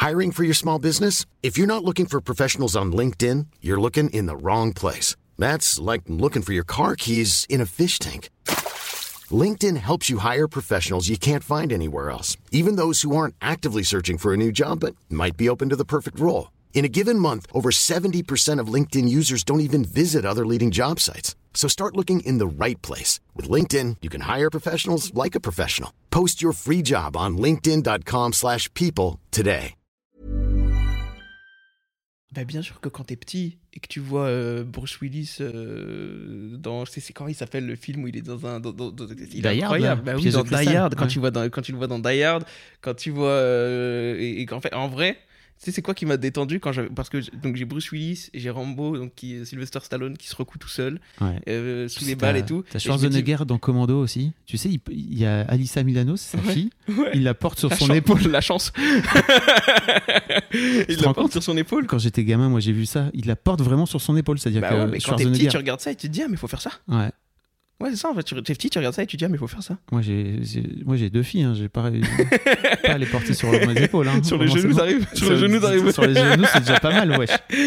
Hiring for your small business? If you're not looking for professionals on LinkedIn, you're looking in the wrong place. That's like looking for your car keys in a fish tank. LinkedIn helps you hire professionals you can't find anywhere else, even those who aren't actively searching for a new job but might be open to the perfect role. In a given month, over 70% of LinkedIn users don't even visit other leading job sites. So start looking in the right place. With LinkedIn, you can hire professionals like a professional. Post your free job on linkedin.com/people today. Bah bien sûr que quand t'es petit et que tu vois Bruce Willis dans... C'est quand il s'appelle le film où il est dans un... il est incroyable. Bah oui, dans Die Hard. Quand tu le vois dans Die Hard, quand tu vois... et qu'en fait, en vrai... Tu sais, c'est quoi qui m'a détendu parce que donc j'ai Bruce Willis et j'ai Rambo, donc qui est Sylvester Stallone, qui se recoue tout seul sous les balles et tout. T'as Schwarzenegger dans Commando aussi. Tu sais, il y a Alyssa Milano, c'est sa fille. Il la porte sur son épaule. La chance. Il la porte sur son épaule. Quand j'étais gamin, moi j'ai vu ça. Il la porte vraiment sur son épaule, c'est-à-dire que mais quand t'es petit, tu regardes ça et tu te dis mais faut faire ça. Ouais, c'est ça, en fait. T'es petit, tu regardes ça et tu te dis, mais il faut faire ça. Moi, j'ai 2 filles, hein. J'ai pas à les porter sur mes épaules. Hein. Sur les genoux, t'arrives. Sur les genoux, c'est déjà pas mal, wesh.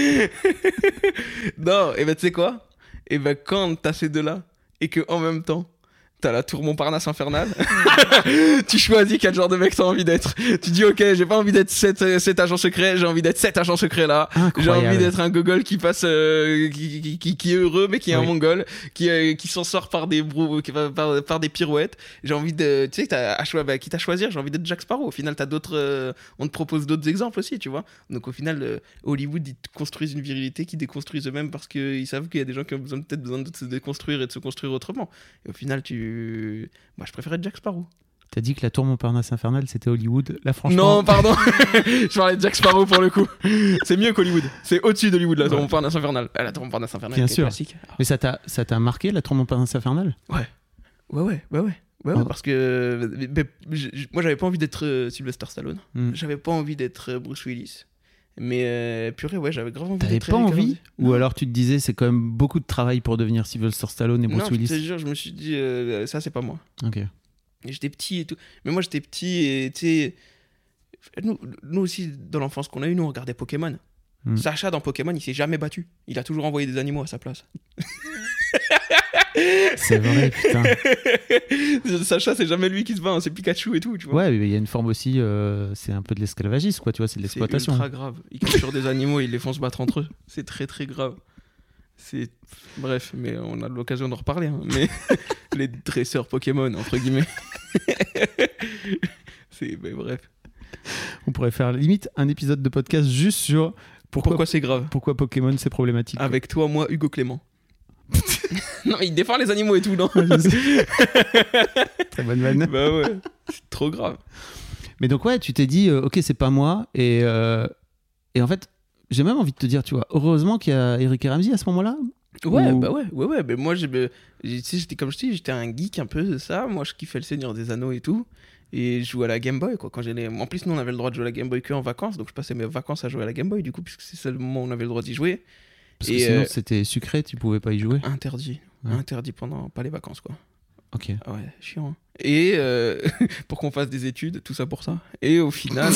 Non, et ben tu sais quoi ? Et ben quand t'as ces deux-là, et que en même temps, t'as la tour Montparnasse infernale, tu choisis quel genre de mec t'as envie d'être. Tu dis ok, j'ai pas envie d'être cet agent secret, j'ai envie d'être cet agent secret là. J'ai envie d'être un gogol qui passe qui est heureux mais qui est un mongol, qui s'en sort par des par des pirouettes. J'ai envie de, tu sais, quitte à choisir, j'ai envie d'être Jack Sparrow. Au final t'as d'autres on te propose d'autres exemples aussi, tu vois. Donc au final Hollywood, ils te construisent une virilité qu'ils déconstruisent eux-mêmes parce qu'ils savent qu'il y a des gens qui ont peut-être besoin de se déconstruire et de se construire autrement. Et au final moi je préférais Jack Sparrow. T'as dit que la tour Montparnasse infernale c'était Hollywood. Là franchement. Non, pardon. Je parlais de Jack Sparrow pour le coup. C'est mieux qu'Hollywood. C'est au-dessus d'Hollywood la tour Montparnasse infernale. La tour Montparnasse infernale. Bien sûr. Classique. Mais ça t'a marqué la tour Montparnasse infernale ? Ouais, parce que moi j'avais pas envie d'être Sylvester Stallone. J'avais pas envie d'être Bruce Willis. Mais purée, j'avais grave envie d'être. T'avais pas envie ? Ou alors tu te disais c'est quand même beaucoup de travail pour devenir Sylvester Stallone et Bruce Willis ? Non, je te jure, je me suis dit ça c'est pas moi. Ok. Et j'étais petit et tout. Mais moi j'étais petit et tu sais, nous aussi dans l'enfance qu'on a eu, nous on regardait Pokémon. Sacha dans Pokémon il s'est jamais battu. Il a toujours envoyé des animaux à sa place. C'est vrai, putain. Sacha, c'est jamais lui qui se bat, hein, c'est Pikachu et tout, tu vois. Ouais, mais il y a une forme aussi, c'est un peu de l'esclavagisme, quoi, tu vois, c'est de l'exploitation. C'est ultra grave. Ils capturent des animaux et ils les font se battre entre eux. C'est très très grave. Bref, mais on a l'occasion d'en reparler. Hein. Mais les dresseurs Pokémon, entre guillemets. Mais bref. On pourrait faire limite un épisode de podcast juste sur pourquoi c'est grave. Pourquoi Pokémon c'est problématique. Avec toi, moi, Hugo Clément. Non, il défend les animaux et tout, non. Très bonne vanne. Bah ouais, c'est trop grave. Mais donc ouais, tu t'es dit, ok, c'est pas moi. Et en fait, j'ai même envie de te dire, tu vois, heureusement qu'il y a Eric et Ramsey à ce moment-là. Ouais. Mais moi, tu sais, j'étais comme je dis, j'étais un geek un peu de ça. Moi, je kiffais le Seigneur des Anneaux et tout. Et je jouais à la Game Boy, quoi. En plus, nous, on avait le droit de jouer à la Game Boy qu'en vacances. Donc, je passais mes vacances à jouer à la Game Boy, du coup, puisque c'est le moment où on avait le droit d'y jouer. Parce que sinon, c'était sucré, tu pouvais pas y jouer. Interdit. Ouais. Interdit pendant pas les vacances, quoi. Ok. Ouais, chiant. Hein. Et pour qu'on fasse des études, tout ça pour ça. Et au final...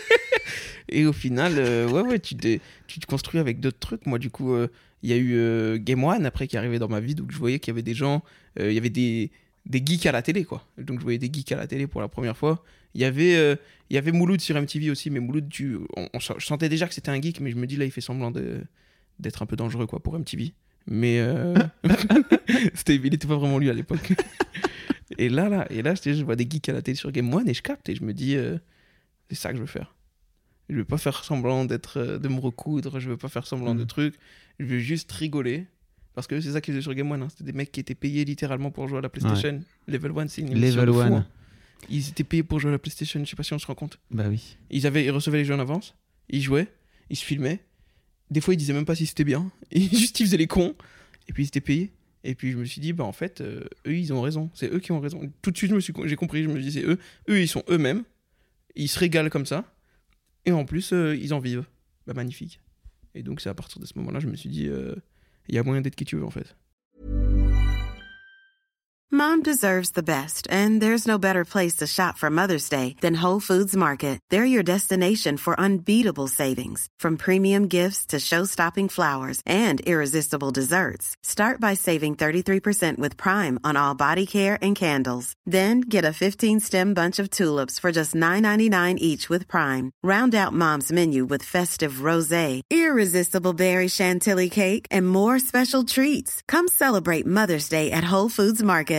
tu te construis avec d'autres trucs. Moi, du coup, il y a eu Game One, après, qui est arrivé dans ma vie. Donc, je voyais qu'il y avait des gens... il y avait des geeks à la télé, quoi. Donc, je voyais des geeks à la télé pour la première fois. Il y avait Mouloud sur MTV aussi. Mais Mouloud, je sentais déjà que c'était un geek. Mais je me dis, là, il fait semblant d'être un peu dangereux, quoi, pour MTV. Mais il était pas vraiment lui à l'époque. et là je vois des geeks à la télé sur Game One et je capte et je me dis c'est ça que je veux faire. Je veux pas faire semblant de me recoudre, je veux pas faire semblant de trucs, je veux juste rigoler parce que c'est ça qu'ils faisaient sur Game One, hein. C'était des mecs qui étaient payés littéralement pour jouer à la PlayStation. Ouais. Level 1, c'est une émission de fou, hein. Ils étaient payés pour jouer à la PlayStation, je sais pas si on se rend compte. Bah oui. Ils recevaient les jeux en avance, ils jouaient, ils se filmaient. Des fois, ils disaient même pas si c'était bien. Ils faisaient les cons. Et puis, ils étaient payés. Et puis, je me suis dit, en fait, eux, ils ont raison. C'est eux qui ont raison. Tout de suite, j'ai compris. Je me dis, c'est eux. Eux, ils sont eux-mêmes. Ils se régalent comme ça. Et en plus, ils en vivent. Bah, magnifique. Et donc, c'est à partir de ce moment-là, je me suis dit, il y a moyen d'être qui tu veux, en fait. Mom deserves the best, and there's no better place to shop for Mother's Day than Whole Foods Market. They're your destination for unbeatable savings, from premium gifts to show-stopping flowers and irresistible desserts. Start by saving 33% with Prime on all body care and candles. Then get a 15-stem bunch of tulips for just $9.99 each with Prime. Round out Mom's menu with festive rosé, irresistible berry chantilly cake, and more special treats. Come celebrate Mother's Day at Whole Foods Market.